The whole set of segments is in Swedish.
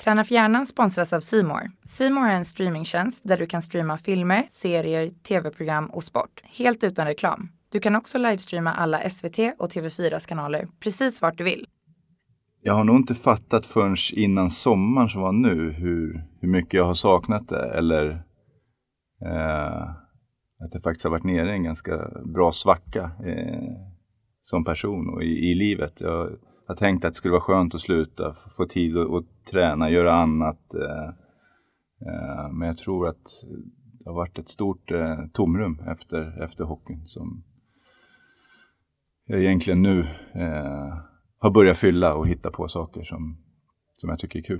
Träna för hjärnan sponsras av C More. C More är en streamingtjänst där du kan streama filmer, serier, tv-program och sport. Helt utan reklam. Du kan också livestreama alla SVT och TV4s kanaler precis vart du vill. Jag har nog inte fattat förrän innan sommaren som var nu hur mycket jag har saknat det. Eller att jag faktiskt har varit nere i en ganska bra svacka som person och i livet. Jag har tänkt att det skulle vara skönt att sluta, få tid att träna, göra annat. Men jag tror att det har varit ett stort tomrum efter hockeyn som jag egentligen nu har börjat fylla och hitta på saker som jag tycker är kul.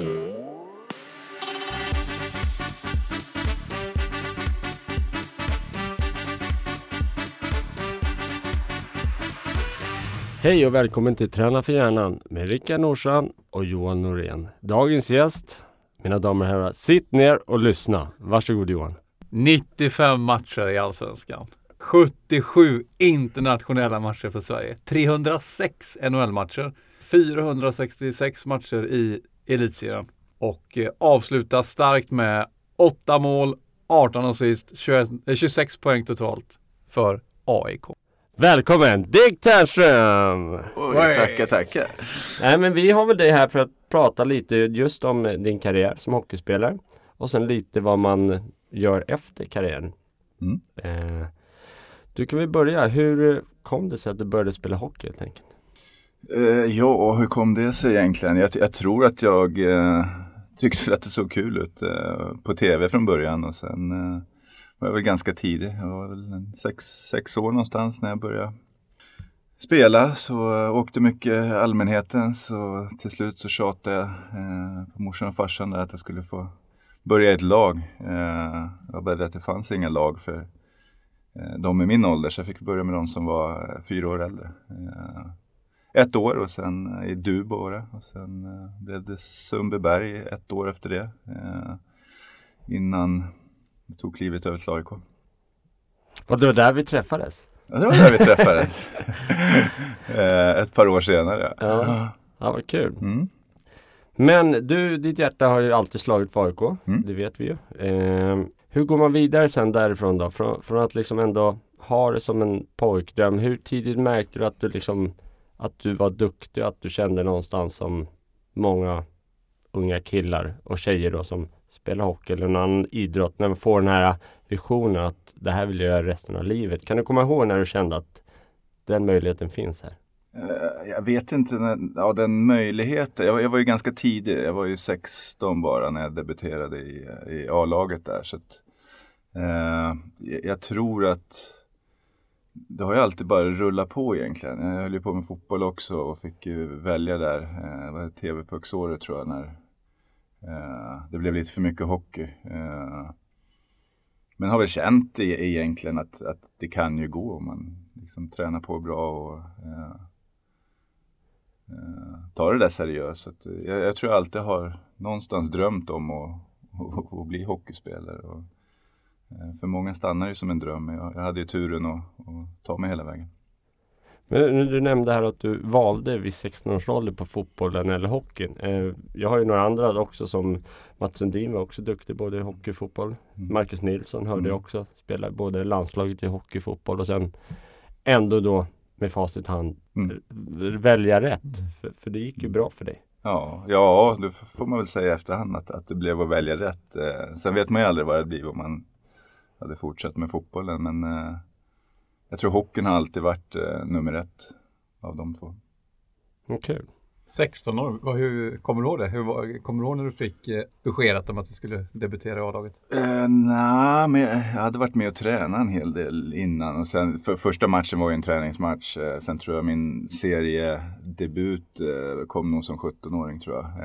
Hej och välkommen till Träna för hjärnan med Rickard Nordstrand och Johan Norén. Dagens gäst, mina damer och herrar, sitt ner och lyssna. Varsågod Johan. 95 matcher i Allsvenskan. 77 internationella matcher för Sverige. 306 NHL-matcher. 466 matcher i Elitserien. Och avslutar starkt med 8 mål, 18 assist, 26 poäng totalt för AIK. Välkommen, Dick Ternström! Tackar. Nej, men vi har väl dig här för att prata lite just om din karriär som hockeyspelare. Och sen lite vad man gör efter karriären. Du kan väl börja. Hur kom det sig att du började spela hockey helt enkelt? Ja, hur kom det sig egentligen? Jag tror att jag tyckte att det såg kul ut på tv från början. Och sen var jag väl ganska tidig. Jag var väl 6 år någonstans när jag började spela. Så åkte mycket allmänheten. Så till slut så tjatade jag på morsan och farsan där att jag skulle få börja i ett lag. Jag var rädd att det fanns inga lag för de i min ålder. Så jag fick börja med de som var 4 år äldre. 1 år och sen i Dubåre. Och sen blev det Sundbyberg 1 år efter det. Innan jag tog klivet över till AIK. Och det var där vi träffades? Ja, det var där vi träffades. Ett par år senare. Ja, vad kul. Men ditt hjärta har ju alltid slagit för AIK. Det vet vi ju. Hur går man vidare sen därifrån då? Från att liksom ändå ha det som en pojkdröm. Hur tidigt märkte du att du var duktig, att du kände någonstans som många unga killar och tjejer då som spelar hockey eller någon annan idrott, när man får den här visionen att det här vill jag göra resten av livet. Kan du komma ihåg när du kände att den möjligheten finns här? Jag vet inte, den möjligheten. Jag var ju ganska tidig. Jag var ju 16 bara när jag debuterade i A-laget där. Så att, jag tror att det har ju alltid bara rullat på egentligen. Jag höll ju på med fotboll också och fick ju välja där. Det var TV-pucksåret tror jag när det blev lite för mycket hockey. Men har väl känt egentligen att det kan ju gå om man liksom tränar på bra och tar det där seriöst. Så att jag tror jag alltid har någonstans drömt om att bli hockeyspelare. Och för många stannar det som en dröm. Jag hade ju turen att ta mig hela vägen. Men du nämnde här att du valde vid 16 års ålder på fotbollen eller hockeyn. Jag har ju några andra också, som Mats Sundin var också duktig både i hockey och fotboll. Marcus Nilsson hörde jag också spela både landslaget i hockey och fotboll. Och sen ändå då med facit hand välja rätt. För det gick ju bra för dig. Ja, det får man väl säga efterhand att det blev att välja rätt. Sen vet man ju aldrig vad det blir om man hade fortsatt med fotbollen. Men jag tror hockeyn har alltid varit nummer 1 av de 2. Okej. 16 år, hur kommer du ihåg det? Kommer du ihåg när du fick beskedet om att du skulle debutera i A-laget? Nej, men jag hade varit med och tränat en hel del innan. Och sen, första matchen var ju en träningsmatch. Sen tror jag min seriedebut kom nog som 17-åring tror jag.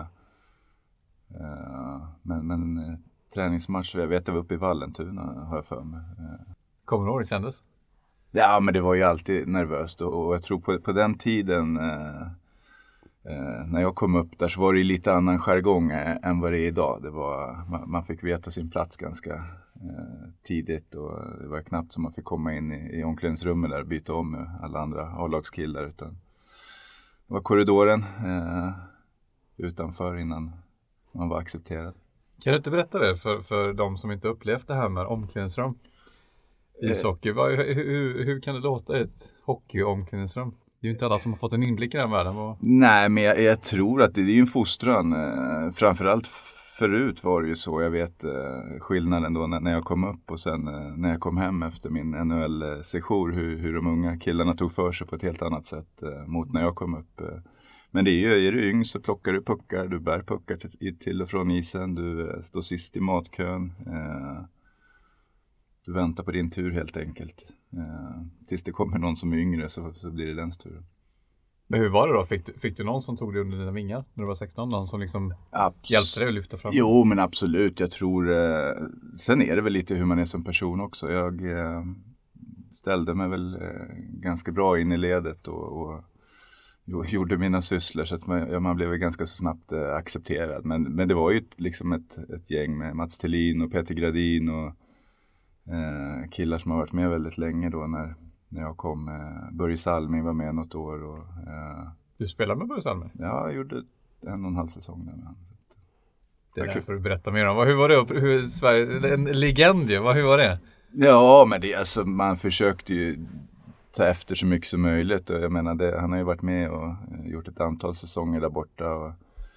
Men träningsmatch, jag vet att jag var uppe i Vallentuna, har jag för mig. Kommer du ihåg det kändes? Ja, men det var ju alltid nervöst. Och jag tror på den tiden... när jag kom upp där så var det lite annan jargong än vad det är idag. Man fick veta sin plats ganska tidigt och det var knappt som man fick komma in i omklädningsrummet där och byta om med alla andra A-lagskillar, utan det var korridoren utanför innan man var accepterad. Kan du inte berätta det för de som inte upplevt det här med omklädningsrum? Ishockey, hur kan det låta i ett hockey-omklädningsrum? Det är ju inte alla som har fått en inblick i den världen. Nej, men jag tror att det är ju en fostran. Framförallt förut var det ju så. Jag vet skillnaden då när jag kom upp och sen när jag kom hem efter min NHL-sejour. Hur de unga killarna tog för sig på ett helt annat sätt mot när jag kom upp. Men det är du yng så plockar du puckar, du bär puckar till och från isen. Du står sist i matkön. Du väntar på din tur helt enkelt. Tills det kommer någon som är yngre så blir det dens tur. Men hur var det då? Fick du någon som tog dig under dina vingar när du var 16? Någon som liksom hjälpte dig att lyfta fram? Jo, men absolut. Jag tror... sen är det väl lite hur man är som person också. Jag ställde mig väl ganska bra in i ledet och gjorde mina sysslor så att man blev ganska så snabbt accepterad. Men det var ju liksom ett gäng med Mats Thelin och Peter Gradin och killar som har varit med väldigt länge då när jag kom. Börje Salming var med något år. Och, du spelade med Börje Salming? Ja, jag gjorde 1,5 säsong där med honom. Det är därför du berätta mer om. Hur var det? Hur Sverige, en legend ju. Hur var det? Ja, men det, alltså, man försökte ju ta efter så mycket som möjligt. Och jag menar, han har ju varit med och gjort ett antal säsonger där borta. Och,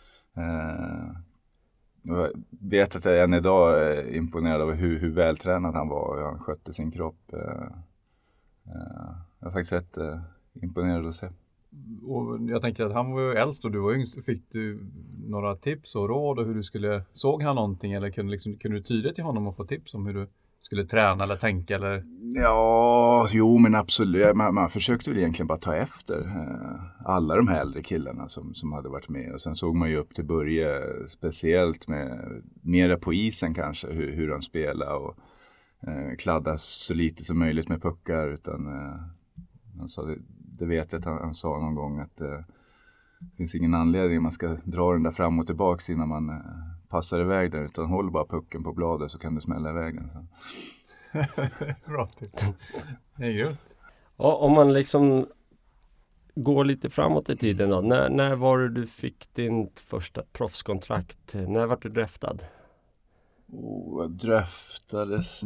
jag vet att jag än idag är imponerad av hur vältränad han var och hur han skötte sin kropp. Jag är faktiskt rätt imponerad att se. Och jag tänker att han var ju äldst och du var yngst. Fick du några tips och råd och hur du såg han någonting eller kunde du tyda till honom och få tips om hur du skulle träna eller tänka eller? Ja, jo men absolut. Man försökte väl egentligen bara ta efter alla de här äldre killarna som hade varit med. Och sen såg man ju upp till Börje speciellt med mera på isen kanske hur han spelade och kladda så lite som möjligt med puckar utan han sa det vet jag att han sa någon gång att det finns ingen anledning man ska dra den där fram och tillbaka innan man passar iväg där utan håll bara pucken på bladet så kan du smälla iväg den. Så. Bra tips. Det är grymt. Och om man liksom går lite framåt i tiden då. När var det du fick din första proffskontrakt? När var du draftad? Jag draftades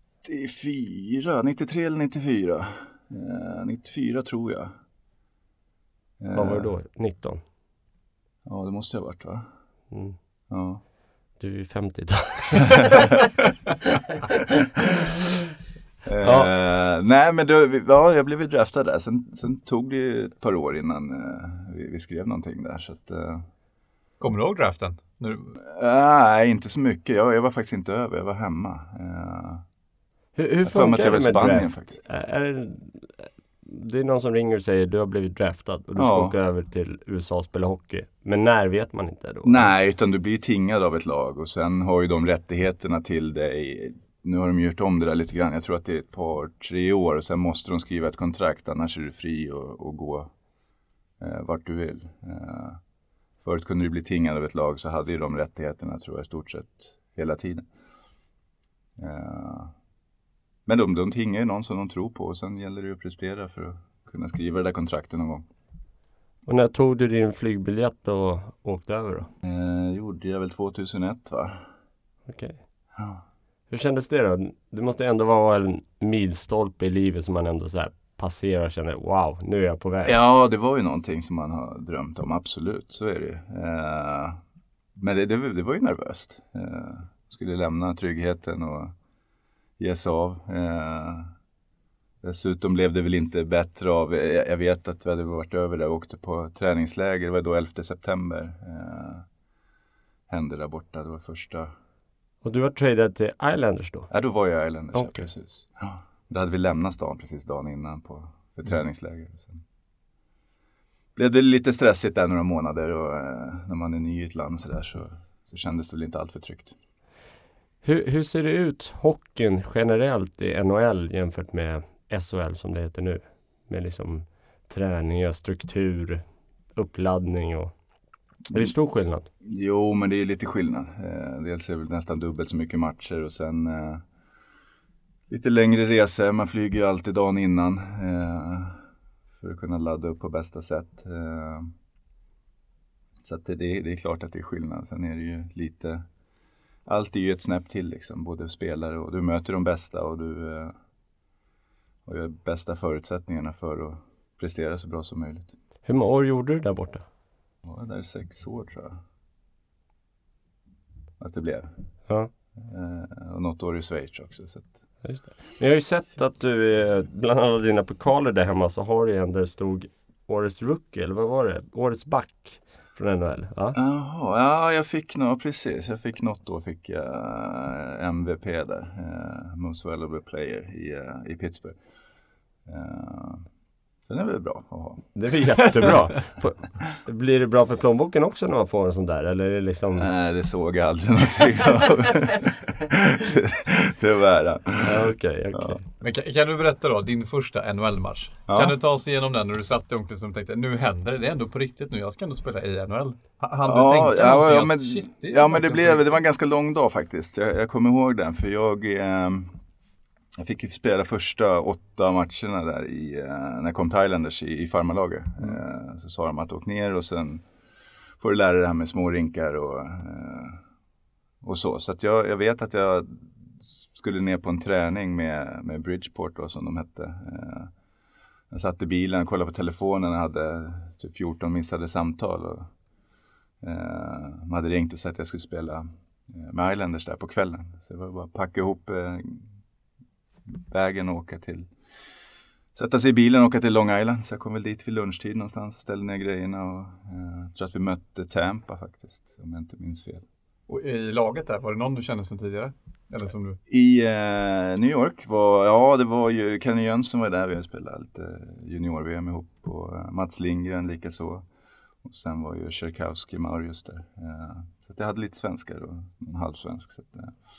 93 eller 94. 94 tror jag. Vad var det då? 19? Ja, det måste jag ha varit va? Mm. Ja. Du är 50 då. Nej, men jag blev ju draftad där. Sen tog det ett par år innan vi skrev någonting där. Så att, kommer du ihåg draften? Nej, inte så mycket. Jag var faktiskt inte över. Jag var hemma. Hur funkar det med Spanien, draft? Faktiskt. Det är någon som ringer och säger du har blivit draftad och du ska åka över till USA och spela hockey. Men när vet man inte då? Nej, utan du blir tingad av ett lag och sen har ju de rättigheterna till dig. Nu har de gjort om det där lite grann. Jag tror att det är ett par, 3 år och sen måste de skriva ett kontrakt. Annars är du fri och gå vart du vill. Förut kunde du bli tingad av ett lag så hade ju de rättigheterna tror jag i stort sett hela tiden. Men de tingar ju någon som de tror på och sen gäller det ju att prestera för att kunna skriva det där kontraktet någon gång. Och när tog du din flygbiljett och åkte över då? Gjorde jag väl 2001 va? Okej. Ja. Hur kändes det då? Det måste ändå vara en milstolpe i livet som man ändå så här passerar och känner wow, nu är jag på väg. Ja, det var ju någonting som man har drömt om, absolut, så är det. Men det var ju nervöst. Skulle lämna tryggheten och ge sig av. Dessutom blev det väl inte bättre av, jag vet att vi hade varit över där och åkte på träningsläger, det var då 11 september hände där borta, det var första. Och du var tradad till Islanders då? Ja, då var jag Islanders, okay. Ja, precis. Ja. Då hade vi lämnat stan precis dagen innan för träningsläger. Sen blev det lite stressigt där några månader och när man är ny i ett land så kändes det väl inte allt för tryggt. Hur ser det ut hockeyn generellt i NHL jämfört med SHL som det heter nu? Med liksom träning och struktur, uppladdning och... Är det stor skillnad? Jo, men det är lite skillnad. Dels är det nästan dubbelt så mycket matcher och sen lite längre resor. Man flyger alltid dagen innan för att kunna ladda upp på bästa sätt. Så att det är klart att det är skillnad. Sen är det ju lite, allt är ju ett snäpp till liksom, både spelare och du möter de bästa och du har ju bästa förutsättningarna för att prestera så bra som möjligt. Hur många år gjorde du där borta? Ja, där är 6 år tror jag. Att det blev. Ja. Och något år i Schweiz också. Så att... Just det. Men jag har ju sett att du, bland alla dina pokaler där hemma så har du en där det stod årets rookie, eller vad var det? Årets back från NHL. Ja, ja, jag fick precis. Jag fick något år, fick jag MVP där. Most Valuable Player i Pittsburgh. Den är väl bra att ha. Det är jättebra. Blir det bra för plånboken också när man får en sån där? Eller är det liksom... Nej, det såg jag aldrig någonting av. Tyvärr. Okej. Ja. Men kan du berätta då, din första NHL-match? Ja. Kan du ta oss igenom den när du satt i omklädningsrummet och tänkte, nu händer det är ändå på riktigt nu, jag ska ändå spela i NHL. Han du tänka någonting men det var en ganska lång dag faktiskt. Jag kommer ihåg den, för jag fick ju spela första 8 matcherna där när jag kom till Islanders i farmarlaget. Så sa de att åk ner och sen får du lära dig det här med små rinkar och så. Så att jag vet att jag skulle ner på en träning med Bridgeport då, som de hette. Jag satt i bilen och kollade på telefonen och hade typ 14 missade samtal. Och, de hade ringt och sagt att jag skulle spela med Islanders där på kvällen. Så det var bara att packa ihop vägen och sätta sig i bilen och åka till Long Island. Så jag kom väl dit vid lunchtid någonstans, ställde ner grejerna och tror att vi mötte Tampa faktiskt, om jag inte minns fel. Och i laget där, var det någon du kände sedan tidigare? Eller som du? I New York det var ju Kenny Jönsson var där, vi spelade lite junior-VM ihop och Mats Lindgren lika så. Och sen var ju Tjerkowski Marius där. Så att jag hade lite svenskar och en halvsvensk, så att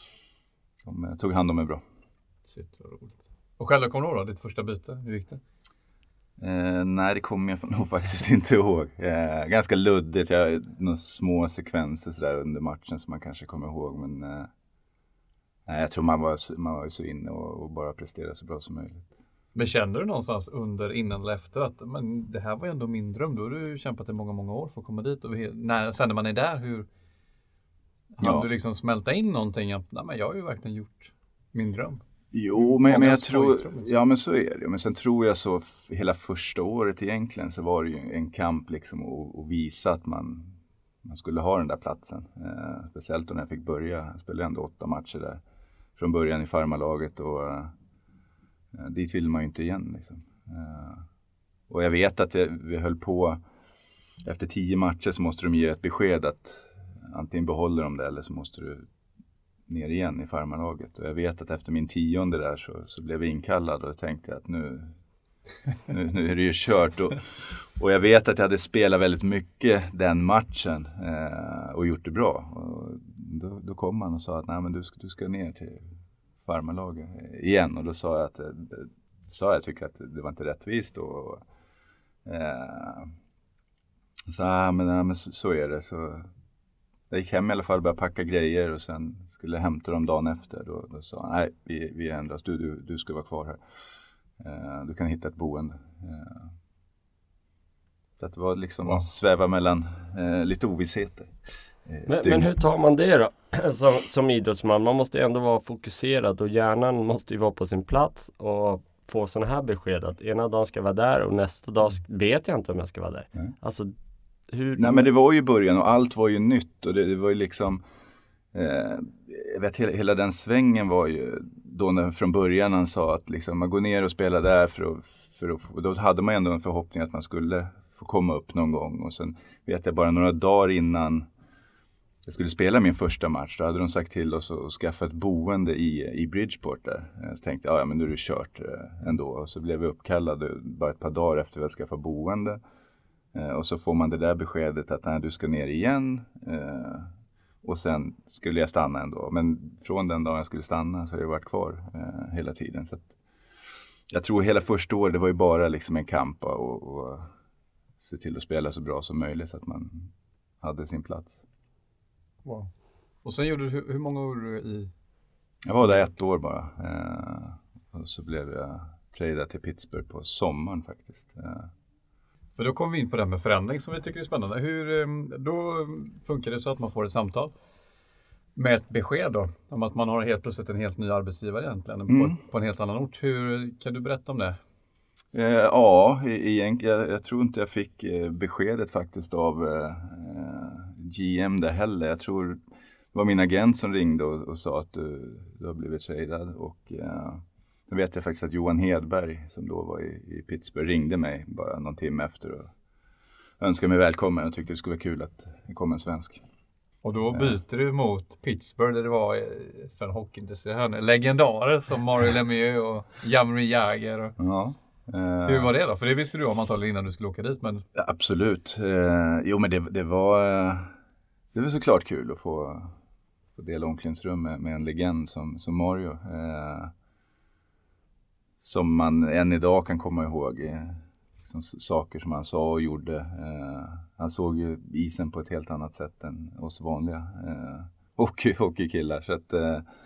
de tog hand om mig bra. Shit, vad roligt. Och själv kommer du ihåg då, ditt första byte? Hur gick det? Nej, det kommer jag nog faktiskt inte ihåg. Ganska luddigt. Jag har några små sekvenser så där under matchen som man kanske kommer ihåg. Men jag tror man var så inne och bara presterade så bra som möjligt. Men kände du någonstans innan eller efter att men det här var ändå min dröm? Då har du kämpat i många, många år för att komma dit. Och sen när man är där, hur har du liksom smälta in någonting? Nej, men jag har ju verkligen gjort min dröm. Jo, men jag tror, ja men så är det. Men sen tror jag så hela första året egentligen så var det ju en kamp liksom att visa att man skulle ha den där platsen. Speciellt när jag fick börja. Jag spelade ändå 8 matcher där från början i farmarlaget och dit vill man ju inte igen liksom. Och jag vet att vi höll på efter 10 matcher så måste de ge ett besked att antingen behåller de det eller så måste du ner igen i farmarlaget. Och jag vet att efter min 10:e där så blev jag inkallad och tänkte att nu är det ju kört. Och jag vet att jag hade spelat väldigt mycket den matchen och gjort det bra. Och då kom man och sa att nej, men du ska ner till farmarlaget igen. Och då sa jag att jag tyckte att det var inte rättvist. Och men så är det. Så jag gick hem i alla fall och började packa grejer och sen skulle jag hämta dem dagen efter. Då sa han, nej, vi ändras, du ska vara kvar här. Du kan hitta ett boende. Så det var liksom att sväva mellan lite ovissheter. Men hur tar man det då? Som idrottsman, man måste ändå vara fokuserad och hjärnan måste ju vara på sin plats och få sådana här besked att ena dagen ska jag vara där och nästa dag vet jag inte om jag ska vara där. Alltså Nej, men det var ju början och allt var ju nytt och det var ju liksom jag vet hela den svängen var ju då när från början han sa att liksom, man går ner och spelar där för att då hade man ändå en förhoppning att man skulle få komma upp någon gång och sen vet jag bara några dagar innan jag skulle spela min första match då hade de sagt till oss att skaffa ett boende i Bridgeport där. Så tänkte jag, ja men nu är det kört ändå och så blev vi uppkallade bara ett par dagar efter att skaffa boende. Och så får man det där beskedet att nej, du ska ner igen och sen skulle jag stanna ändå. Men från den dagen jag skulle stanna så har jag varit kvar hela tiden. Så att jag tror hela första året det var ju bara liksom en kamp och se till att spela så bra som möjligt så att man hade sin plats. Wow. Och sen gjorde du, hur många år i? Jag var där 1 år bara. Och så blev jag tradad till Pittsburgh på sommaren faktiskt. För då kommer vi in på det här med förändring som vi tycker är spännande. Då funkar det så att man får ett samtal med ett besked då, om att man har helt plötsligt en helt ny arbetsgivare egentligen på en helt annan ort. Hur kan du berätta om det? Jag tror inte jag fick beskedet faktiskt av GM där heller. Jag tror det var min agent som ringde och sa att du har blivit tradad. Och då vet jag faktiskt att Johan Hedberg som då var i Pittsburgh ringde mig bara någon timme efter och önskade mig välkommen och tyckte det skulle vara kul att det kom en svensk. Och då byter du mot Pittsburgh där det var för en hockeyintresserad legendarer som Mario Lemieux och Jaromir Jagr. Ja. Hur var det då? För det visste du om antagligen innan du skulle åka dit. Men... Ja, absolut. Men det var såklart kul att få dela omklädningsrum med en legend som Mario. Som man än idag kan komma ihåg. Liksom saker som han sa och gjorde. Han såg ju isen på ett helt annat sätt än oss vanliga hockeykillar. Så att,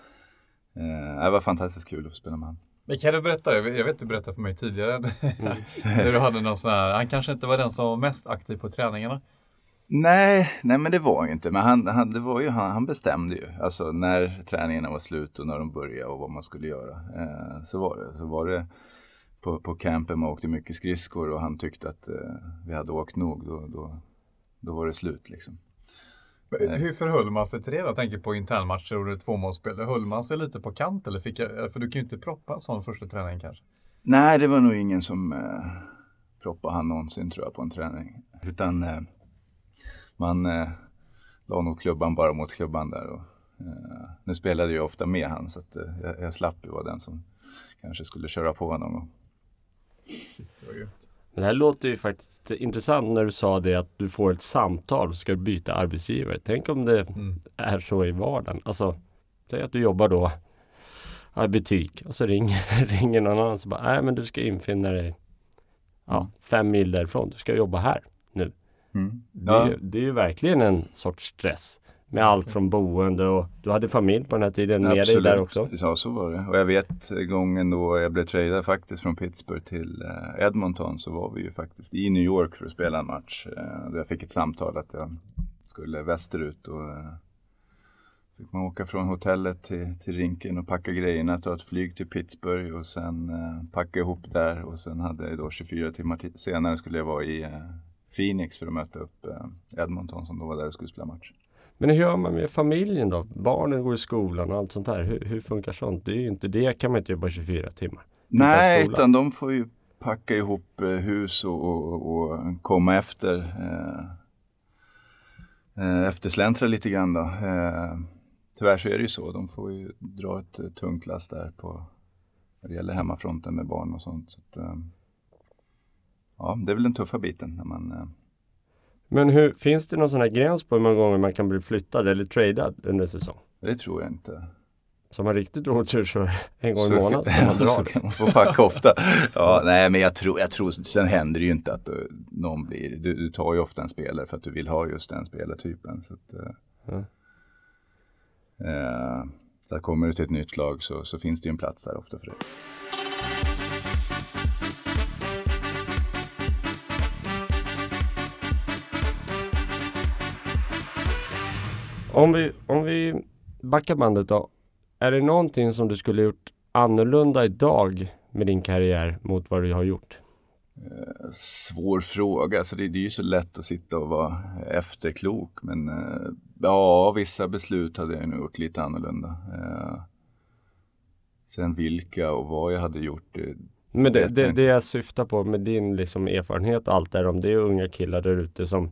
det var fantastiskt kul att få spela med honom. Men kan du berätta, jag vet du berättade för mig tidigare när du hade någon sån här, han kanske inte var den som var mest aktiv på träningarna. Nej men det var ju inte, men han bestämde ju, alltså när träningarna var slut och när de började och vad man skulle göra. Så var det på campen man åkte mycket skridskor och han tyckte att vi hade åkt nog, då var det slut liksom. Hur förhöll man sig till det? Jag tänker på internmatcher och det 2-målsspel. Höll man sig lite på kant eller för du kan ju inte proppa en sån första träning kanske. Nej, det var nog ingen som proppade han någonsin tror jag på en träning. Utan man la nog klubban bara mot klubban där. Och, nu spelade jag ofta med han så att jag slapp ju vara den som kanske skulle köra på honom. Men det här låter ju faktiskt intressant när du sa det att du får ett samtal och ska byta arbetsgivare. Tänk om det är så i vardagen. Alltså, säg att du jobbar då i butik och så ringer någon annan och bara, nej men du ska infinna dig 5 mil därifrån. Du ska jobba här nu. Det är ju verkligen en sorts stress. Med allt från boende och du hade familj på den här tiden med dig där också. Ja, så var det. Och jag vet gången då jag blev tradad faktiskt från Pittsburgh till Edmonton så var vi ju faktiskt i New York för att spela en match. Där jag fick ett samtal att jag skulle västerut och fick man åka från hotellet till rinken och packa grejerna, ta ett flyg till Pittsburgh och sen packa ihop där och sen hade jag då 24 timmar senare skulle jag vara i Phoenix för att möta upp Edmonton som då var där och skulle spela match. Men hur gör man med familjen då? Barnen går i skolan och allt sånt här. Hur funkar sånt? Det är ju inte det, kan man inte jobba 24 timmar. Nej, utan de får ju packa ihop hus och komma eftersläntra lite grann då. Tyvärr så är det ju så. De får ju dra ett tungt last där på vad det gäller hemmafronten med barn och sånt. Så att, det är väl den tuffa biten när man... Men finns det någon sån här gräns på hur många gånger man kan bli flyttad eller tradad under säsong? Det tror jag inte. Som har riktigt otur så en gång i månaden kan man dra. Så kan man få packa ofta. Nej, men jag tror sen händer det ju inte att någon blir... Du tar ju ofta en spelare för att du vill ha just den spelartypen. Så att, så att kommer du till ett nytt lag så finns det ju en plats där ofta för det. Om vi backar bandet då. Är det någonting som du skulle gjort annorlunda idag med din karriär mot vad du har gjort? Svår fråga. Alltså det är ju så lätt att sitta och vara efterklok. Men vissa beslut hade jag nog gjort lite annorlunda. Sen vilka och vad jag hade gjort. Men det jag syftar på med din liksom erfarenhet och allt där. Om det är unga killar där ute som...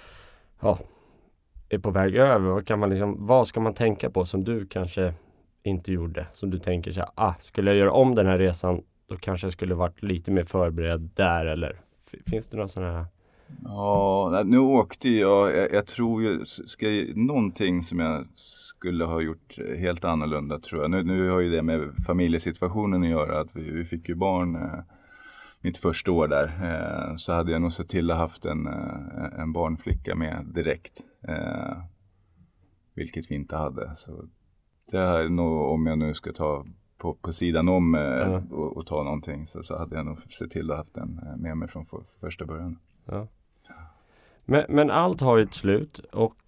är på väg över. Vad ska man tänka på som du kanske inte gjorde? Som du tänker så här, skulle jag göra om den här resan då kanske jag skulle varit lite mer förberedd där eller finns det några sådana här? Ja, nu åkte jag tror ju någonting som jag skulle ha gjort helt annorlunda tror jag. Nu har ju det med familjesituationen att göra att vi fick ju barn mitt första år där så hade jag nog sett till att haft en barnflicka med direkt. Vilket vi inte hade. Så det här är nog, om jag nu ska ta på sidan om och ta någonting så hade jag nog sett till att ha haft den med mig från första början. Ja. Men allt har ju ett slut och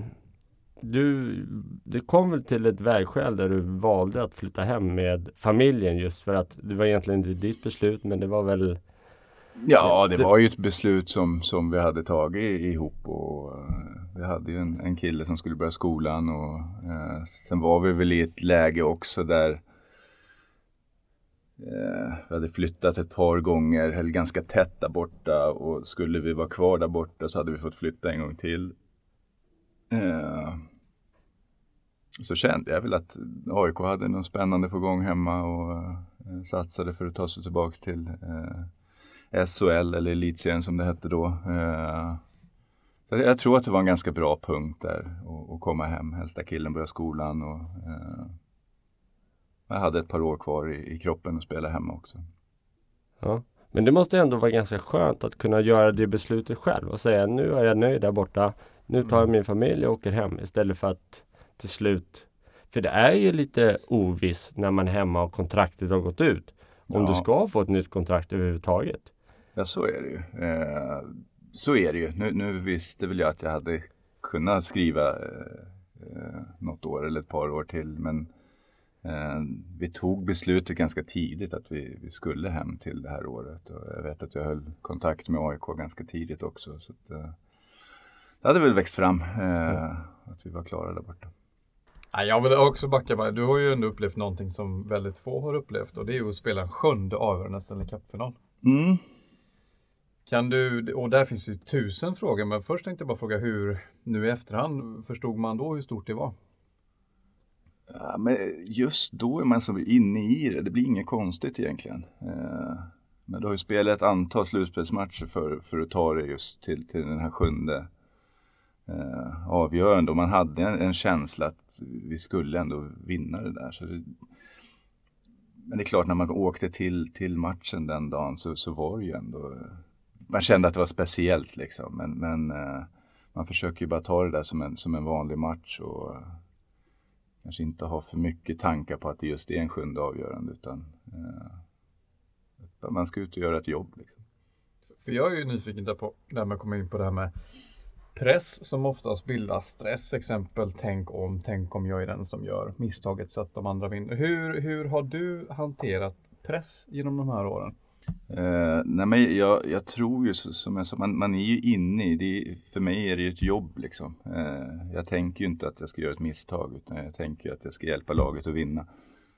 det kom väl till ett vägskäl där du valde att flytta hem med familjen just för att det var egentligen inte ditt beslut, men det var väl... Ja, det var ju ett beslut som vi hade tagit ihop och vi hade ju en kille som skulle börja skolan och sen var vi väl i ett läge också där vi hade flyttat ett par gånger, eller ganska tätt där borta, och skulle vi vara kvar där borta så hade vi fått flytta en gång till. Så kände jag väl att AIK hade något spännande på gång hemma och satsade för att ta sig tillbaka till SHL eller Elitserien som det hette då. Så jag tror att det var en ganska bra punkt där att komma hem. Helst där killen började skolan och jag hade ett par år kvar i kroppen och spela hemma också. Ja, men det måste ändå vara ganska skönt att kunna göra det beslutet själv och säga nu är jag nöjd där borta. Nu tar jag min familj och åker hem istället för att till slut. För det är ju lite oviss när man är hemma och kontraktet har gått ut. Om du ska få ett nytt kontrakt överhuvudtaget. Ja, så är det ju. Så är det ju. Nu visste väl jag att jag hade kunnat skriva något år eller ett par år till. Men vi tog beslutet ganska tidigt att vi skulle hem till det här året. Och jag vet att jag höll kontakt med AIK ganska tidigt också. Så att, det hade väl växt fram att vi var klara där borta. Jag vill också backa bara. Du har ju ändå upplevt någonting som väldigt få har upplevt. Och det är ju att spela en 7:e avgörande Stanley Cup-final. Mm. Kan du, och där finns ju 1000 frågor. Men först tänkte jag bara fråga hur, nu i efterhand, förstod man då hur stort det var? Ja, men just då är man så inne i det. Det blir inget konstigt egentligen. Men du har ju spelat ett antal slutspelsmatcher för att ta det just till den här 7:e avgörande. Och man hade en känsla att vi skulle ändå vinna det där. Men det är klart, när man åkte till matchen den dagen så var det ju ändå... Man kände att det var speciellt liksom. Men man försöker ju bara ta det där som en vanlig match och kanske inte ha för mycket tankar på att det just är en 7:e avgörande, utan man ska ut och göra ett jobb liksom. För jag är ju nyfiken där på, när man kommer in på det här med press som oftast bildar stress. Exempel, tänk om jag är den som gör misstaget så att de andra vinner. Hur har du hanterat press genom de här åren? Nej, men jag tror ju som jag sa, man är ju inne i det. För mig är det ju ett jobb liksom. Jag tänker ju inte att jag ska göra ett misstag, utan jag tänker att jag ska hjälpa laget att vinna.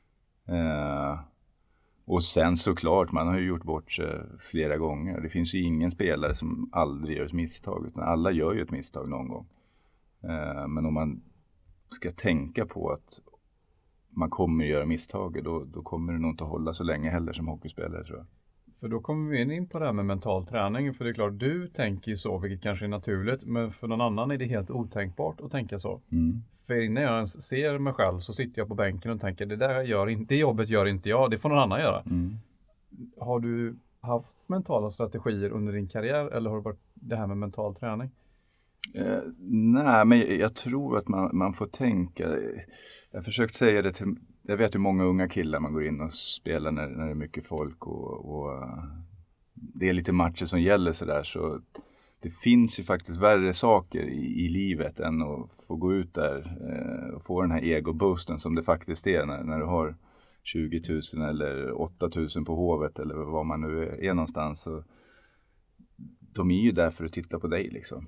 Och sen såklart, man har ju gjort bort sig flera gånger. Det finns ju ingen spelare som aldrig gör ett misstag, utan alla gör ju ett misstag någon gång. Men om man ska tänka på att man kommer göra misstag, då kommer det nog inte att hålla så länge heller som hockeyspelare, tror jag. För då kommer vi in på det här med mental träning. För det är klart, du tänker ju så, vilket kanske är naturligt. Men för någon annan är det helt otänkbart att tänka så. Mm. För innan jag ens ser mig själv så sitter jag på bänken och tänker, det jobbet gör inte jag, det får någon annan göra. Mm. Har du haft mentala strategier under din karriär, eller har det varit det här med mental träning? Nej, men jag tror att man får tänka. Jag har försökt säga det till... Jag vet hur många unga killar man går in och spelar när det är mycket folk och det är lite matcher som gäller sådär. Så det finns ju faktiskt värre saker i livet än att få gå ut där och få den här ego-boosten som det faktiskt är när du har 20 000 eller 8 000 på hovet eller vad man nu är någonstans. Så de är ju där för att titta på dig liksom.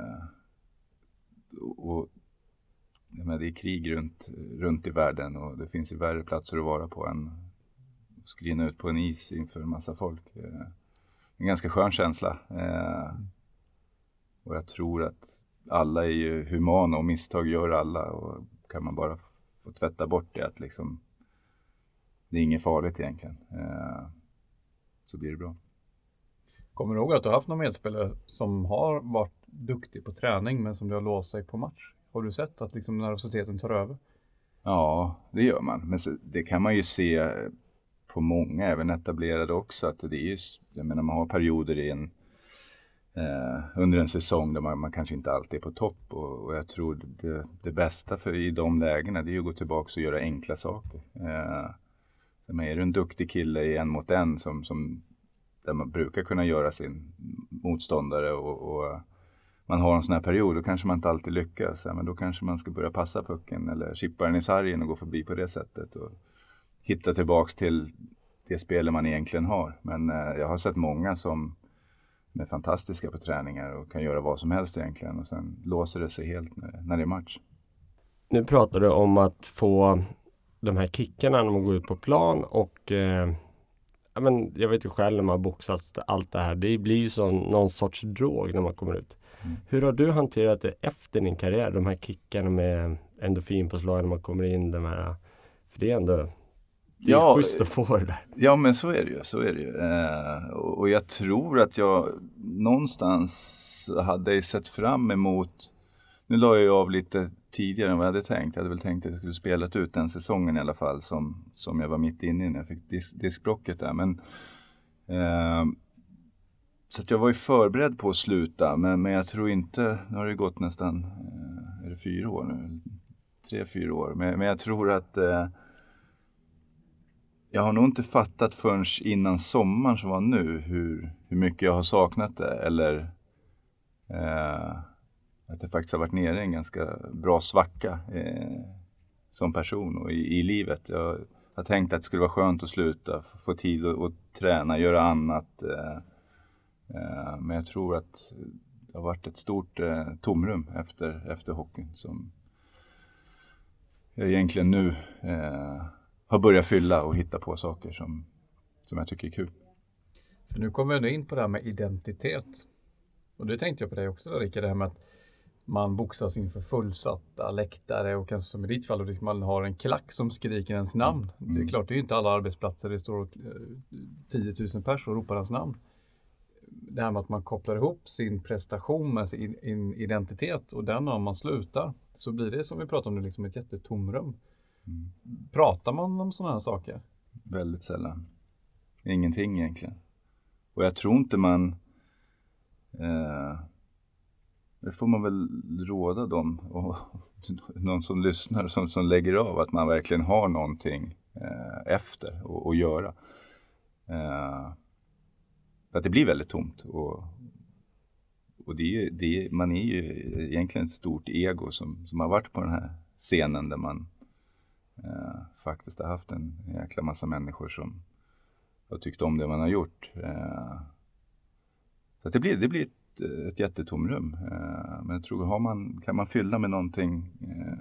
Och det är krig runt i världen och det finns ju värre platser att vara på än att skrina ut på en is inför en massa folk. En ganska skön känsla. Och jag tror att alla är ju humana och misstag gör alla, och kan man bara få tvätta bort det att liksom, det är inget farligt egentligen, så blir det bra. Kommer du ihåg att du har haft någon medspelare som har varit duktig på träning men som du har låst sig på match? Har du sett att liksom nervositeten tar över? Ja, det gör man. Men det kan man ju se på många, även etablerade också. Att det är just, jag menar, man har perioder under en säsong där man kanske inte alltid är på topp. Och jag tror det bästa i de lägena, det är att gå tillbaka och göra enkla saker. Men är du en duktig kille i 1 mot 1 där man brukar kunna göra sin motståndare och man har en sån här period, då kanske man inte alltid lyckas. Men då kanske man ska börja passa pucken eller chippa den i sargen och gå förbi på det sättet och hitta tillbaks till det spelet man egentligen har. Men jag har sett många som är fantastiska på träningar och kan göra vad som helst egentligen och sen låser det sig helt när det är match. Nu pratar du om att få de här kickarna när man går ut på plan och jag vet ju själv när man boxat allt det här. Det blir ju som någon sorts drog när man kommer ut. Hur har du hanterat det efter din karriär? De här kickarna med endorfinpåslag när man kommer in. För det är ändå schysst att få det där. Ja, men så är det ju. Och jag tror att jag någonstans hade sett fram emot. Nu la jag av lite tidigare än vad jag hade tänkt. Jag hade väl tänkt att jag skulle spelat ut den säsongen i alla fall som jag var mitt inne i när jag fick diskbrocket där. Men, så att jag var ju förberedd på att sluta. Men jag tror inte, nu har det gått nästan, är det 4 år nu? 3-4 år. Men jag tror att jag har nog inte fattat förrän innan sommaren som var nu hur mycket jag har saknat det. Eller att jag faktiskt har varit nere i en ganska bra svacka som person och i livet. Jag har tänkt att det skulle vara skönt att sluta, få tid att träna, göra annat. Men jag tror att det har varit ett stort tomrum efter hockeyn som jag egentligen nu har börjat fylla och hitta på saker som jag tycker är kul. För nu kommer vi in på det här med identitet. Och det tänkte jag på dig också, Rickard, det här med att man boxas inför fullsatta läktare och kanske som i ditt fall och man har en klack som skriker ens namn. Det är klart, det är ju inte alla arbetsplatser det står 10 000 personer och ropar ens namn. Det här med att man kopplar ihop sin prestation med sin identitet och den om man slutar så blir det, som vi pratade om nu, liksom ett jättetomrum. Pratar man om sådana här saker? Väldigt sällan. Ingenting egentligen. Och jag tror inte man det får man väl råda dem och någon som lyssnar som lägger av att man verkligen har någonting efter att göra. För att det blir väldigt tomt och man är ju egentligen ett stort ego som har varit på den här scenen där man faktiskt har haft en jäkla massa människor som har tyckt om det man har gjort. Så att det blir ett jättetomrum. Men jag tror kan man fylla med någonting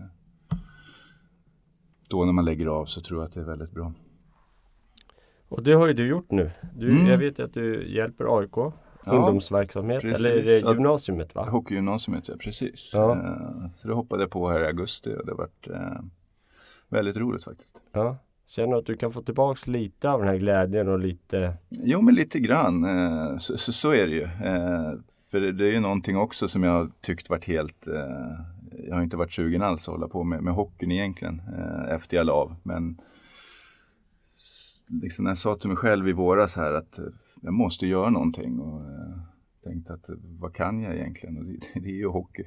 då när man lägger av, så tror jag att det är väldigt bra. Och det har ju du gjort nu. Jag vet att du hjälper AIK, ungdomsverksamhet, precis. Eller är det gymnasiet, va? Hockeygymnasiet, ja, precis. Ja. Så det hoppade jag på här i augusti och det har varit väldigt roligt faktiskt. Ja. Känner du att du kan få tillbaka lite av den här glädjen och lite... Jo, men lite grann. Så är det ju. För det är ju någonting också som jag har tyckt varit helt... jag har inte varit sugen alls att hålla på med hockeyn egentligen efter jag la av. Men liksom när jag sa till mig själv i våras här att jag måste göra någonting. Och tänkte att vad kan jag egentligen? Och det är ju hockey.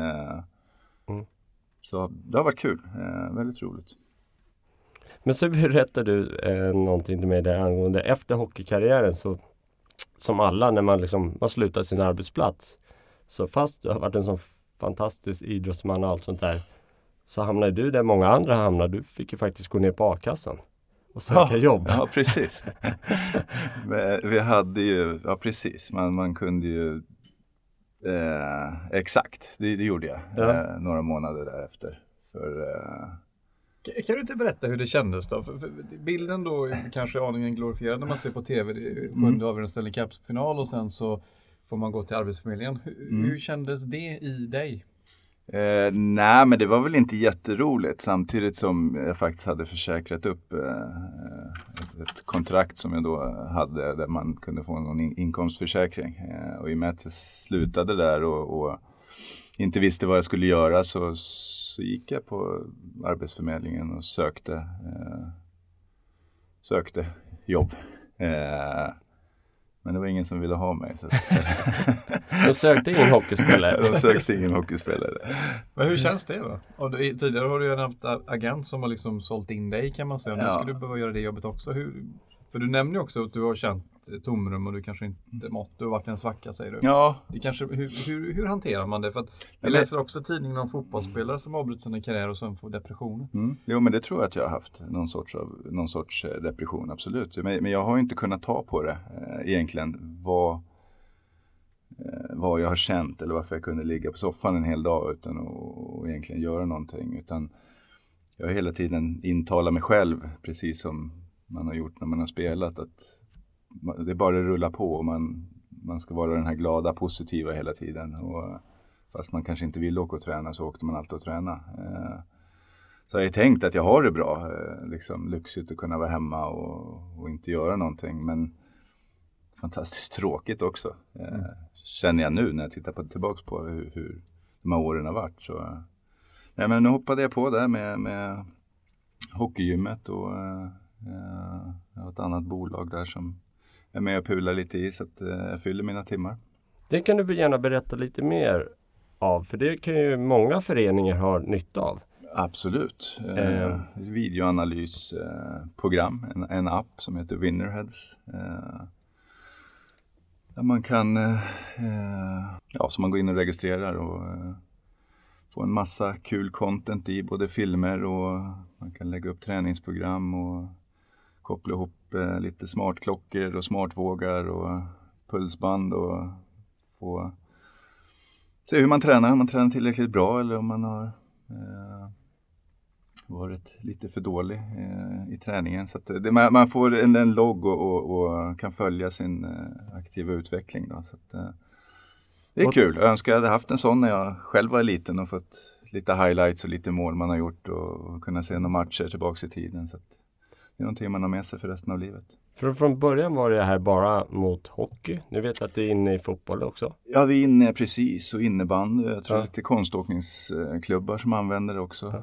Så det har varit kul. Väldigt roligt. Men så berättar du någonting till mig där angående efter hockeykarriären, så som alla när man slutar sin arbetsplats, så fast du har varit en sån fantastisk idrottsman och allt sånt där, så hamnade du där många andra hamnade. Du fick ju faktiskt gå ner på a-kassan och söka jobb. Ja, precis. Vi hade ju, ja precis, man kunde ju exakt, det gjorde jag några månader därefter. Kan du inte berätta hur det kändes då? För bilden då kanske är aningen glorifierad när man ser på tv. Det är 7:e avgörande Stanley Cup-final och sen så får man gå till Arbetsförmedlingen. Hur kändes det i dig? Nej, men det var väl inte jätteroligt. Samtidigt som jag faktiskt hade försäkrat upp ett kontrakt som jag då hade där man kunde få någon inkomstförsäkring. Och i och med att jag slutade där och inte visste vad jag skulle göra så gick jag på Arbetsförmedlingen och sökte jobb. Men det var ingen som ville ha mig. Så De sökte ingen hockeyspelare. Men hur känns det då? Och tidigare har du ju haft agent som har liksom sålt in dig, kan man säga. Nu ska du behöva göra det jobbet också. För du nämner ju också att du har känt tomrum och du kanske inte mått. Du har varit en svacka, säger du. Ja. Det kanske, hur hanterar man det? För att jag läser också tidningen om fotbollsspelare som avbryter sina karriär och sen får depressioner. Jo, men det tror jag att jag har haft någon sorts depression, absolut. Men jag har inte kunnat ta på det egentligen. Vad jag har känt eller varför jag kunde ligga på soffan en hel dag utan att egentligen göra någonting. Utan jag har hela tiden intalat mig själv, precis som man har gjort när man har spelat, att det bara rullar på och man ska vara den här glada, positiva hela tiden. Och fast man kanske inte vill åka och träna så åkte man alltid och träna. Så jag har tänkt att jag har det bra, liksom lyxigt att kunna vara hemma och inte göra någonting. Men fantastiskt tråkigt också. Känner jag nu när jag tittar tillbaka på hur de här åren har varit. Så, men nu hoppade jag på där med hockeygymmet och jag har ett annat bolag där som är med och pular lite i så att jag fyller mina timmar. Det kan du gärna berätta lite mer av, för det kan ju många föreningar ha nytta av. Absolut. Ett videoanalysprogram, en app som heter Winnerheads. Där man kan, så man går in och registrerar och får en massa kul content i både filmer och man kan lägga upp träningsprogram och koppla ihop lite smartklockor och smartvågar och pulsband och få se hur man tränar. Om man tränar tillräckligt bra eller om man har varit lite för dålig i träningen. Så att man får en logg och kan följa sin aktiva utveckling. Då. Så att, det är kul. Jag önskar jag hade haft en sån när jag själv var liten och fått lite highlights och lite mål man har gjort och kunna se några matcher tillbaka i tiden. Så att det är någonting man har med sig för resten av livet. För från början var det här bara mot hockey. Nu vet jag att det är inne i fotboll också. Ja, vi är inne precis och innebandy. Jag tror lite konståkningsklubbar som använder det också.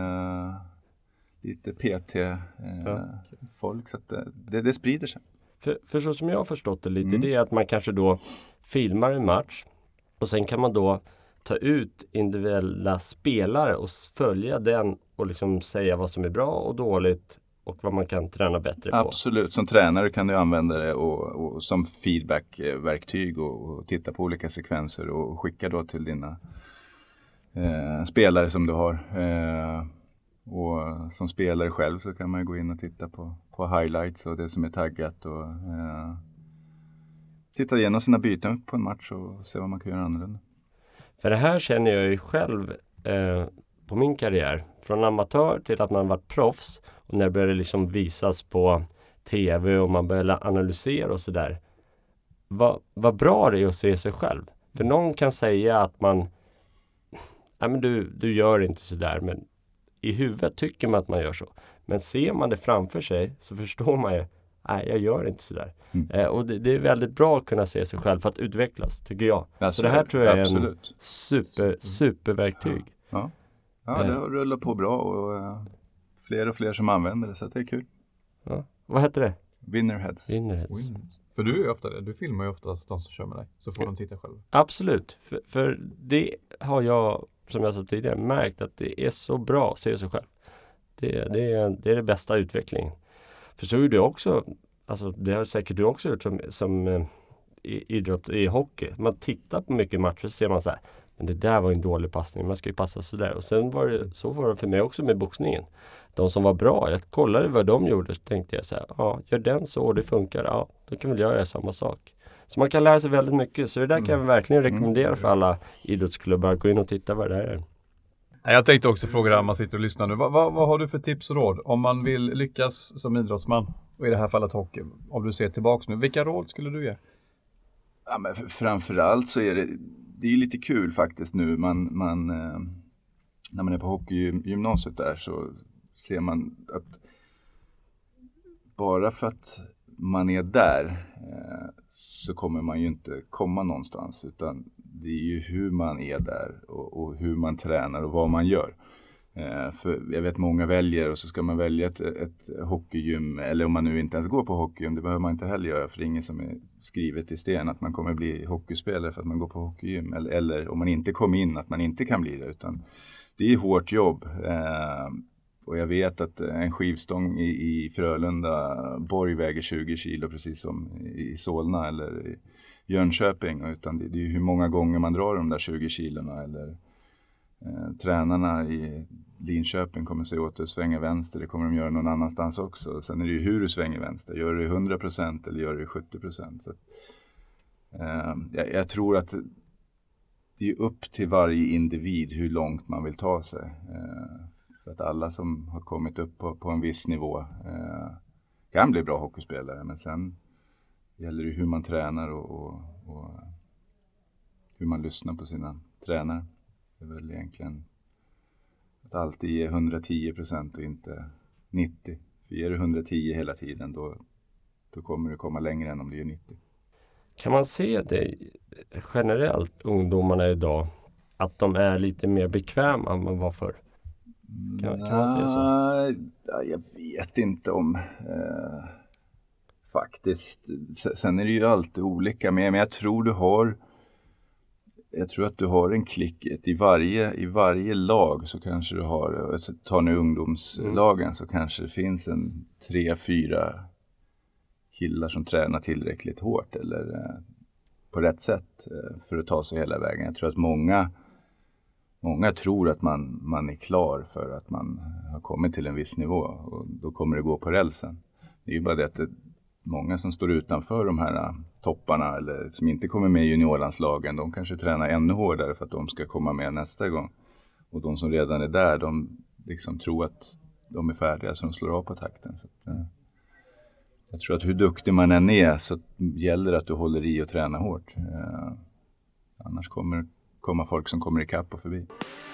Lite PT-folk. Så att det sprider sig. För så som jag har förstått det lite, det är att man kanske då filmar en match. Och sen kan man då ta ut individuella spelare och följa den och liksom säga vad som är bra och dåligt. Och vad man kan träna bättre på. Absolut, som tränare kan du använda det och som feedbackverktyg och titta på olika sekvenser och skicka då till dina spelare som du har. Och som spelare själv så kan man gå in och titta på highlights och det som är taggat och titta igenom sina byten på en match och se vad man kan göra annorlunda. För det här känner jag ju själv på min karriär. Från amatör till att man varit proffs. Och när det började liksom visas på tv och man började analysera och sådär. Vad bra det är att se sig själv. För någon kan säga att man... Nej, men du gör inte sådär. Men i huvudet tycker man att man gör så. Men ser man det framför sig så förstår man ju. Nej, jag gör inte sådär. Och det är väldigt bra att kunna se sig själv för att utvecklas, tycker jag. Alltså, så det här tror jag är en superverktyg. Ja, det rullar på bra och fler och fler som använder det, så det är kul. Ja. Vad heter det? Winnerheads. För du är ju ofta det. Du filmar ju ofta de som kör med dig. Så får de titta själv. Absolut. För det har jag, som jag sa tidigare, märkt att det är så bra att se sig själv. Det är det bästa utvecklingen. För så är det också, alltså det har säkert du också gjort som idrott i hockey. Man tittar på mycket matcher så ser man så här, men det där var en dålig passning, man ska ju passa sådär. Och sen var det för mig också med boxningen. De som var bra, jag kollade vad de gjorde, så tänkte jag så här, gör den så och det funkar, då kan väl jag göra samma sak. Så man kan lära sig väldigt mycket, så det där kan jag verkligen rekommendera för alla idrottsklubbar att gå in och titta vad det där är. Jag tänkte också fråga dig, man sitter och lyssnar nu. Vad har du för tips och råd? Om man vill lyckas som idrottsman, och i det här fallet hockey, om du ser tillbaka nu, vilka råd skulle du ge? Ja, men framförallt så är det är lite kul faktiskt nu. När man är på hockeygymnasiet där så ser man att bara för att man är där så kommer man ju inte komma någonstans, utan det är ju hur man är där och hur man tränar och vad man gör. För jag vet många väljer och så ska man välja ett hockeygym, eller om man nu inte ens går på hockeygym, det behöver man inte heller göra, för det är inget som är skrivet i sten att man kommer bli hockeyspelare för att man går på hockeygym, eller om man inte kommer in att man inte kan bli det, utan det är hårt jobb. Och jag vet att en skivstång i Frölunda Borg väger 20 kilo precis som i Solna eller i Jönköping, utan det är hur många gånger man drar de där 20 kilorna, eller tränarna i Linköping kommer se åt att svänga vänster, det kommer de göra någon annanstans också. Sen är det ju hur du svänger vänster, gör du 100% eller gör du 70%. Så att, jag tror att det är upp till varje individ hur långt man vill ta sig. För att alla som har kommit upp på en viss nivå kan bli bra hockeyspelare, men sen gäller det hur man tränar och hur man lyssnar på sina tränare. Det är väl egentligen att alltid ge 110% och inte 90%. För ger du 110 hela tiden då kommer du komma längre än om du gör 90%. Kan man se det generellt, ungdomarna idag, att de är lite mer bekväma än man var förr? Kan man se så? Jag vet inte om faktiskt. Sen är det ju alltid olika, men jag tror att du har en klick i varje lag, så kanske du har, ta nu ungdomslagen, så kanske det finns en 3-4 killar som tränar tillräckligt hårt eller på rätt sätt för att ta sig hela vägen. Jag tror att många tror att man är klar för att man har kommit till en viss nivå och då kommer det gå på rälsen. Det är ju bara det att många som står utanför de här topparna eller som inte kommer med i juniorlandslagen, de kanske tränar ännu hårdare för att de ska komma med nästa gång. Och de som redan är där, de liksom tror att de är färdiga, så de slår av på takten. Så att, jag tror att hur duktig man än är, så gäller det att du håller i och tränar hårt. Annars kommer komma folk som kommer ikapp och förbi.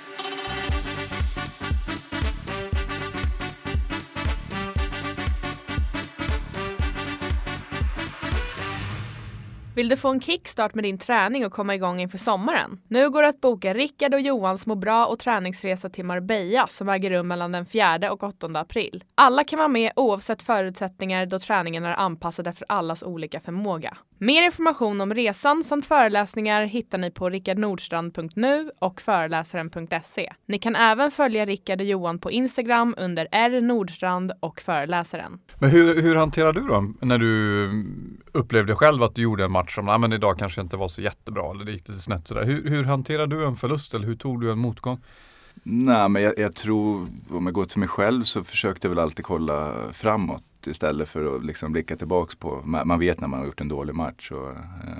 Vill du få en kickstart med din träning och komma igång inför sommaren? Nu går det att boka Rickard och Johans må bra och träningsresa till Marbella som äger rum mellan den 4 och 8 april. Alla kan vara med oavsett förutsättningar, då träningen är anpassad efter allas olika förmåga. Mer information om resan samt föreläsningar hittar ni på rickardnordstrand.nu och föreläsaren.se. Ni kan även följa Rickard och Johan på Instagram under rnordstrand och föreläsaren. Men hur hanterar du då när du upplevde själv att du gjorde en match som men idag kanske inte var så jättebra eller det gick lite snett sådär. Hur hanterar du en förlust eller hur tog du en motgång? Nej, men jag tror, om jag går till mig själv, så försökte jag väl alltid kolla framåt istället för att liksom blicka tillbaks på. Man vet när man har gjort en dålig match. Och,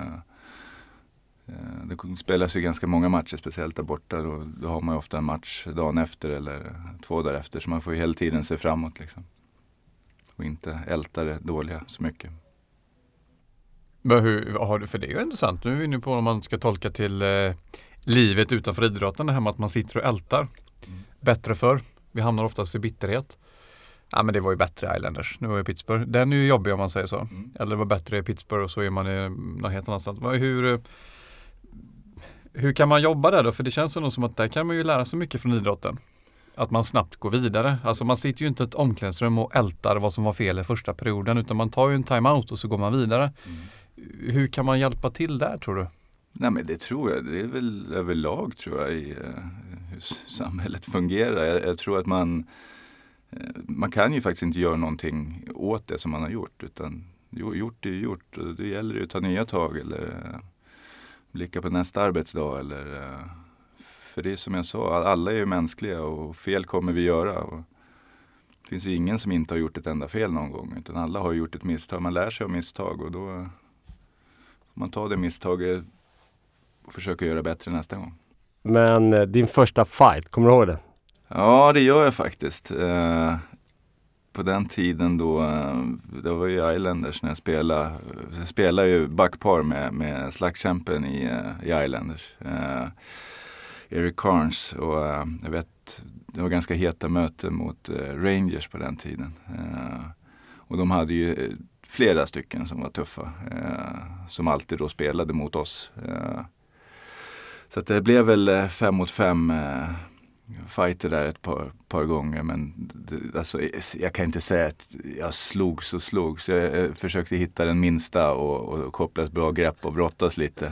det spelas ju ganska många matcher, speciellt där borta. Då har man ju ofta en match dagen efter eller 2 dagar efter. Så man får ju hela tiden se framåt liksom. Och inte älta det dåliga så mycket. Men för det är ju intressant. Nu är vi inne på om man ska tolka till livet utanför idrotten. Det här med att man sitter och ältar. Bättre för. Vi hamnar oftast i bitterhet. Ja, men det var ju bättre i Islanders. Nu var ju Pittsburgh. Den är ju jobbig om man säger så. Eller det var bättre i Pittsburgh och så är man i något helt annanstans. Hur kan man jobba där då? För det känns som att där kan man ju lära sig mycket från idrotten. Att man snabbt går vidare. Alltså man sitter ju inte i ett omklädningsrum och ältar vad som var fel i första perioden. Utan man tar ju en timeout och så går man vidare. Hur kan man hjälpa till där, tror du? Nej, men det tror jag. Det är väl överlag, tror jag, i hur samhället fungerar. Jag tror att man kan ju faktiskt inte göra någonting åt det som man har gjort. Utan gjort är gjort. Och det gäller ju att ta nya tag eller blicka på nästa arbetsdag. För det är som jag sa, alla är ju mänskliga och fel kommer vi göra. Och det finns ju ingen som inte har gjort ett enda fel någon gång. Utan alla har gjort ett misstag. Man lär sig av misstag och då får man ta det misstaget och försöka göra bättre nästa gång. Men din första fight, kommer du ihåg det? Ja, det gör jag faktiskt. På den tiden då var ju Islanders när jag spelade ju backpar med slagskämpen i Islanders. Eric Carnes, och jag vet, det var ganska heta möten mot Rangers på den tiden. Och de hade ju flera stycken som var tuffa, som alltid då spelade mot oss. Så att det blev väl 5 mot 5 fighter där ett par gånger, men alltså, jag kan inte säga att jag slogs. Så jag försökte hitta den minsta och koppla ett bra grepp och brottas lite.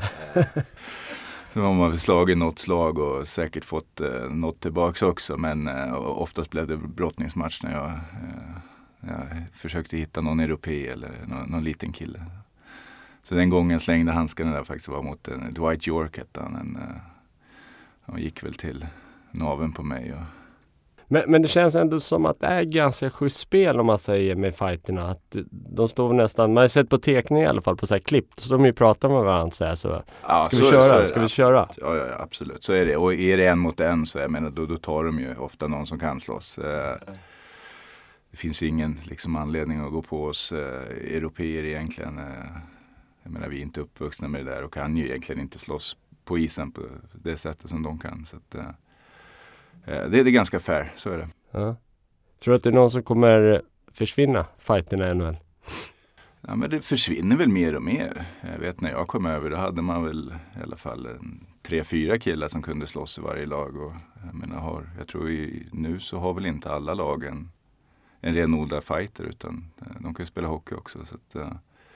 Så har man väl slagit något slag och säkert fått något tillbaks också, men oftast blev det brottningsmatch när jag försökte hitta någon europé eller någon liten kille. Så den gången slängde handskarna där faktiskt var mot Dwight York hette han. Han gick väl till naven på mig. Men det känns ändå som att det är ganska schysst spel om man säger med fighterna. Att de står nästan, man har sett på teckning i alla fall på så här klipp. Så de ju pratar med varandra så här, så ja, ska vi köra? Ja, absolut. Så är det. Och är det en mot en så jag menar, då tar de ju ofta någon som kan slåss. Det finns ju ingen liksom anledning att gå på oss europeer egentligen. Jag menar, vi är inte uppvuxna med det där och kan ju egentligen inte slåss på isen på det sättet som de kan. Så att, det är ganska fair, så är det. Ja. Tror du att det är någon som kommer försvinna fighterna i NHL? Ja, men det försvinner väl mer och mer. Jag vet när jag kom över, då hade man väl i alla fall 3-4 killar som kunde slåss i varje lag. Och jag tror nu så har väl inte alla lagen en renodlad fighter, utan de kan ju spela hockey också. Så att,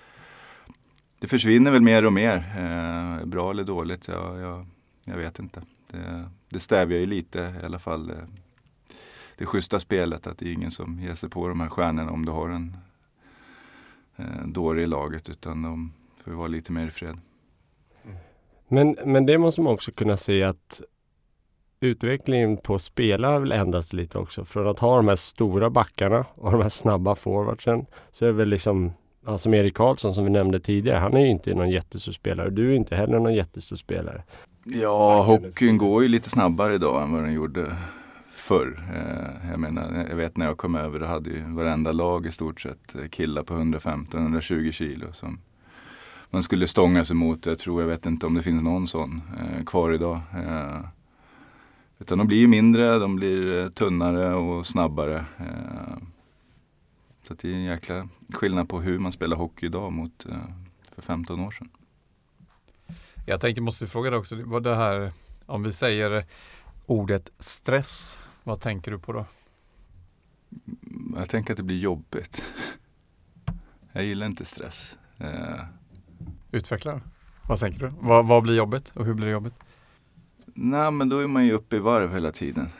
det försvinner väl mer och mer. Bra eller dåligt, jag vet inte. Det stävjar ju lite i alla fall. Det schyssta spelet, att det är ingen som ger sig på de här stjärnorna om du har en dåre i laget, utan de får vara lite mer i fred. Men det måste man också kunna se att utvecklingen på spelare har väl ändrats lite också. Från att ha de här stora backarna och de här snabba forwardsen, så är det väl liksom, som Erik Karlsson som vi nämnde tidigare, han är ju inte någon jättestor spelare. Du är inte heller någon jättestor spelare. Ja, hockeyn går ju lite snabbare idag än vad den gjorde förr. Jag vet när jag kom över, då hade ju varenda lag i stort sett killar på 115-120 kilo som man skulle stånga sig mot. Jag vet inte om det finns någon sån kvar idag. Utan de blir mindre, de blir tunnare och snabbare. Så det är en jäkla skillnad på hur man spelar hockey idag mot för 15 år sedan. Jag tänker, måste fråga dig också, vad det här, om vi säger ordet stress, vad tänker du på då? Jag tänker att det blir jobbigt. Jag gillar inte stress. Utvecklar. Vad tänker du? Vad blir jobbigt och hur blir det jobbigt? Nej, men då är man ju uppe i varv hela tiden.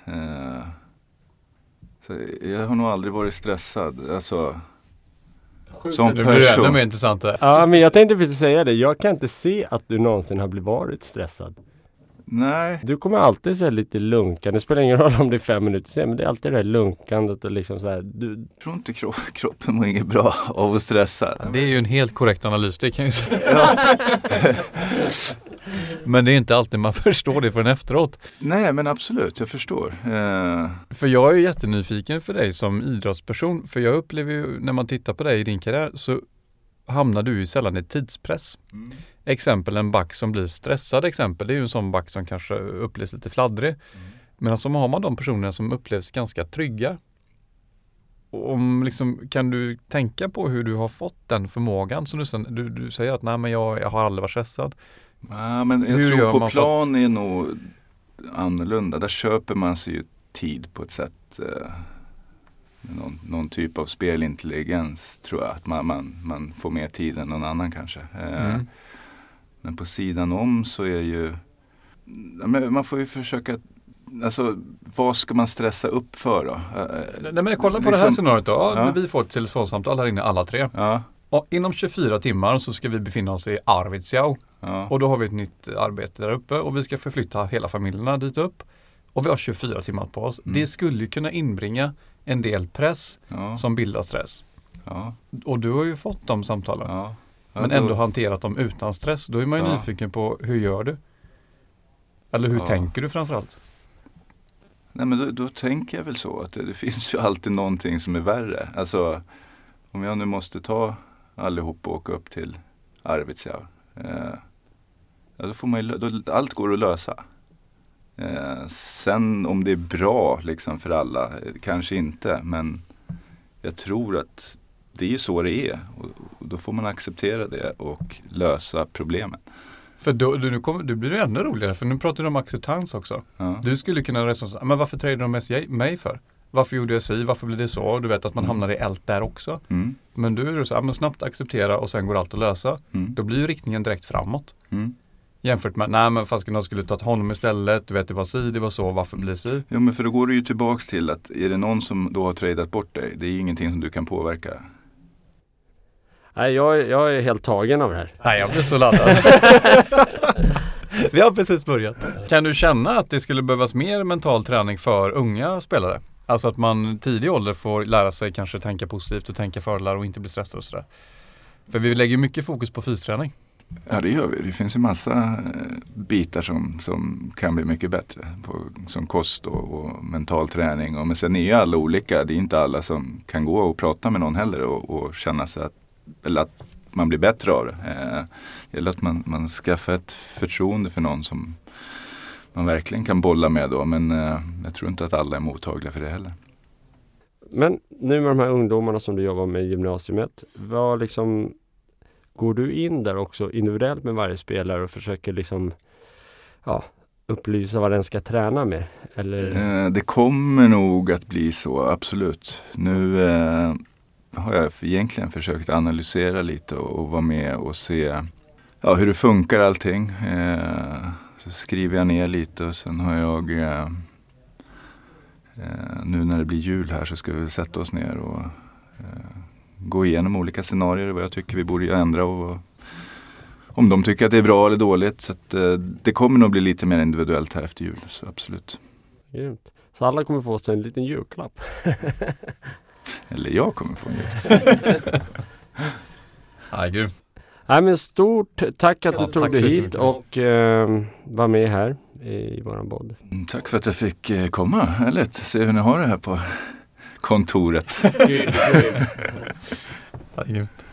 Så jag har nog aldrig varit stressad. Alltså, som det blir ännu mer intressant där. Ja, men jag tänkte precis säga det. Jag kan inte se att du någonsin har varit stressad. Nej. Du kommer alltid säga lite lunkan. Det spelar ingen roll om det är 5 minuter sen, men det är alltid det här lunkandet och liksom så här. Jag tror inte kroppen mår inget bra av att stressa. Ja, det är ju en helt korrekt analys, det kan jag ju säga. Ja. Men det är inte alltid man förstår det förrän efteråt. Nej, men absolut, jag förstår. För jag är ju jättenyfiken för dig som idrottsperson. För jag upplever ju, när man tittar på dig i din karriär, så hamnar du ju sällan i tidspress. Mm. Exempel, en back som blir stressad exempel, det är ju en sån back som kanske upplevs lite fladdrig. Men så har man de personerna som upplevs ganska trygga. Om liksom, kan du tänka på hur du har fått den förmågan? Så du säger att nej, men jag har aldrig varit stressad. Ja, men jag tror på plan är nog annorlunda. Där köper man sig ju tid på ett sätt. Någon typ av spelintelligens tror jag. Att man får mer tid än någon annan kanske. Men på sidan om så är ju... Man får ju försöka... Alltså, vad ska man stressa upp för då? Nej, men kolla på det här scenariot då. Ja. Vi får ett telefonsamtal här inne alla 3. Ja. Och inom 24 timmar så ska vi befinna oss i Arvidsjaur. Ja. Och då har vi ett nytt arbete där uppe och vi ska förflytta hela familjerna dit upp. Och vi har 24 timmar på oss. Det skulle ju kunna inbringa en del press som bildar stress. Ja. Och du har ju fått de samtalen. Ja. Men ändå hanterat dem utan stress. Då är man ju nyfiken på, hur gör du? Eller hur tänker du framförallt? Nej, men då tänker jag väl så att det finns ju alltid någonting som är värre. Alltså, om jag nu måste ta allihop och åka upp till Arvidsjaur. Då får man allt går att lösa. Sen om det är bra liksom för alla, kanske inte. Men jag tror att det är ju så det är. Och då får man acceptera det och lösa problemen. För du blir det ännu roligare, för nu pratar du om acceptans också. Ja. Du skulle kunna resonera, men varför tradade de med mig för? Varför gjorde jag sig? Varför blev det så? Du vet att man hamnar i allt där också. Men du är det så, men snabbt acceptera och sen går allt att lösa. Då blir ju riktningen direkt framåt. Jämfört med, nej men fast jag skulle tagit honom istället, du vet det var si, det var så, varför blir det si? Ja, men för då går du ju tillbaks till att är det någon som då har tradat bort dig, det är ingenting som du kan påverka. Nej, jag är helt tagen av det här. Nej, jag blir så laddad. Vi har precis börjat. Kan du känna att det skulle behövas mer mental träning för unga spelare? Alltså att man tidig ålder får lära sig kanske tänka positivt och tänka fördelar och inte bli stressad och sådär. För vi lägger mycket fokus på fysträning. Ja, det gör vi. Det finns ju massa bitar som kan bli mycket bättre. Som kost och mental träning. Men sen är ju alla olika. Det är inte alla som kan gå och prata med någon heller och känna sig att man blir bättre av det. Det gäller att man skaffar ett förtroende för någon som man verkligen kan bolla med då. Men jag tror inte att alla är mottagliga för det heller. Men nu med de här ungdomarna som du jobbar med i gymnasiet, vad liksom, går du in där också individuellt med varje spelare och försöker liksom, upplysa vad den ska träna med? Eller? Det kommer nog att bli så, absolut. Nu har jag egentligen försökt analysera lite och vara med och se hur det funkar allting. Så skriver jag ner lite och sen har jag nu när det blir jul här så ska vi sätta oss ner och gå igenom olika scenarier, vad jag tycker vi borde ändra och om de tycker att det är bra eller dåligt. Så att, det kommer nog bli lite mer individuellt här efter jul, så absolut. Grymt. Så alla kommer få sig en liten julklapp. Eller jag kommer få en julklapp. Grymt. Nej, men stort tack att du tog dig hit och var med här i våran podd. Tack för att jag fick komma. Härligt. Se hur ni har det här på kontoret. Grymt.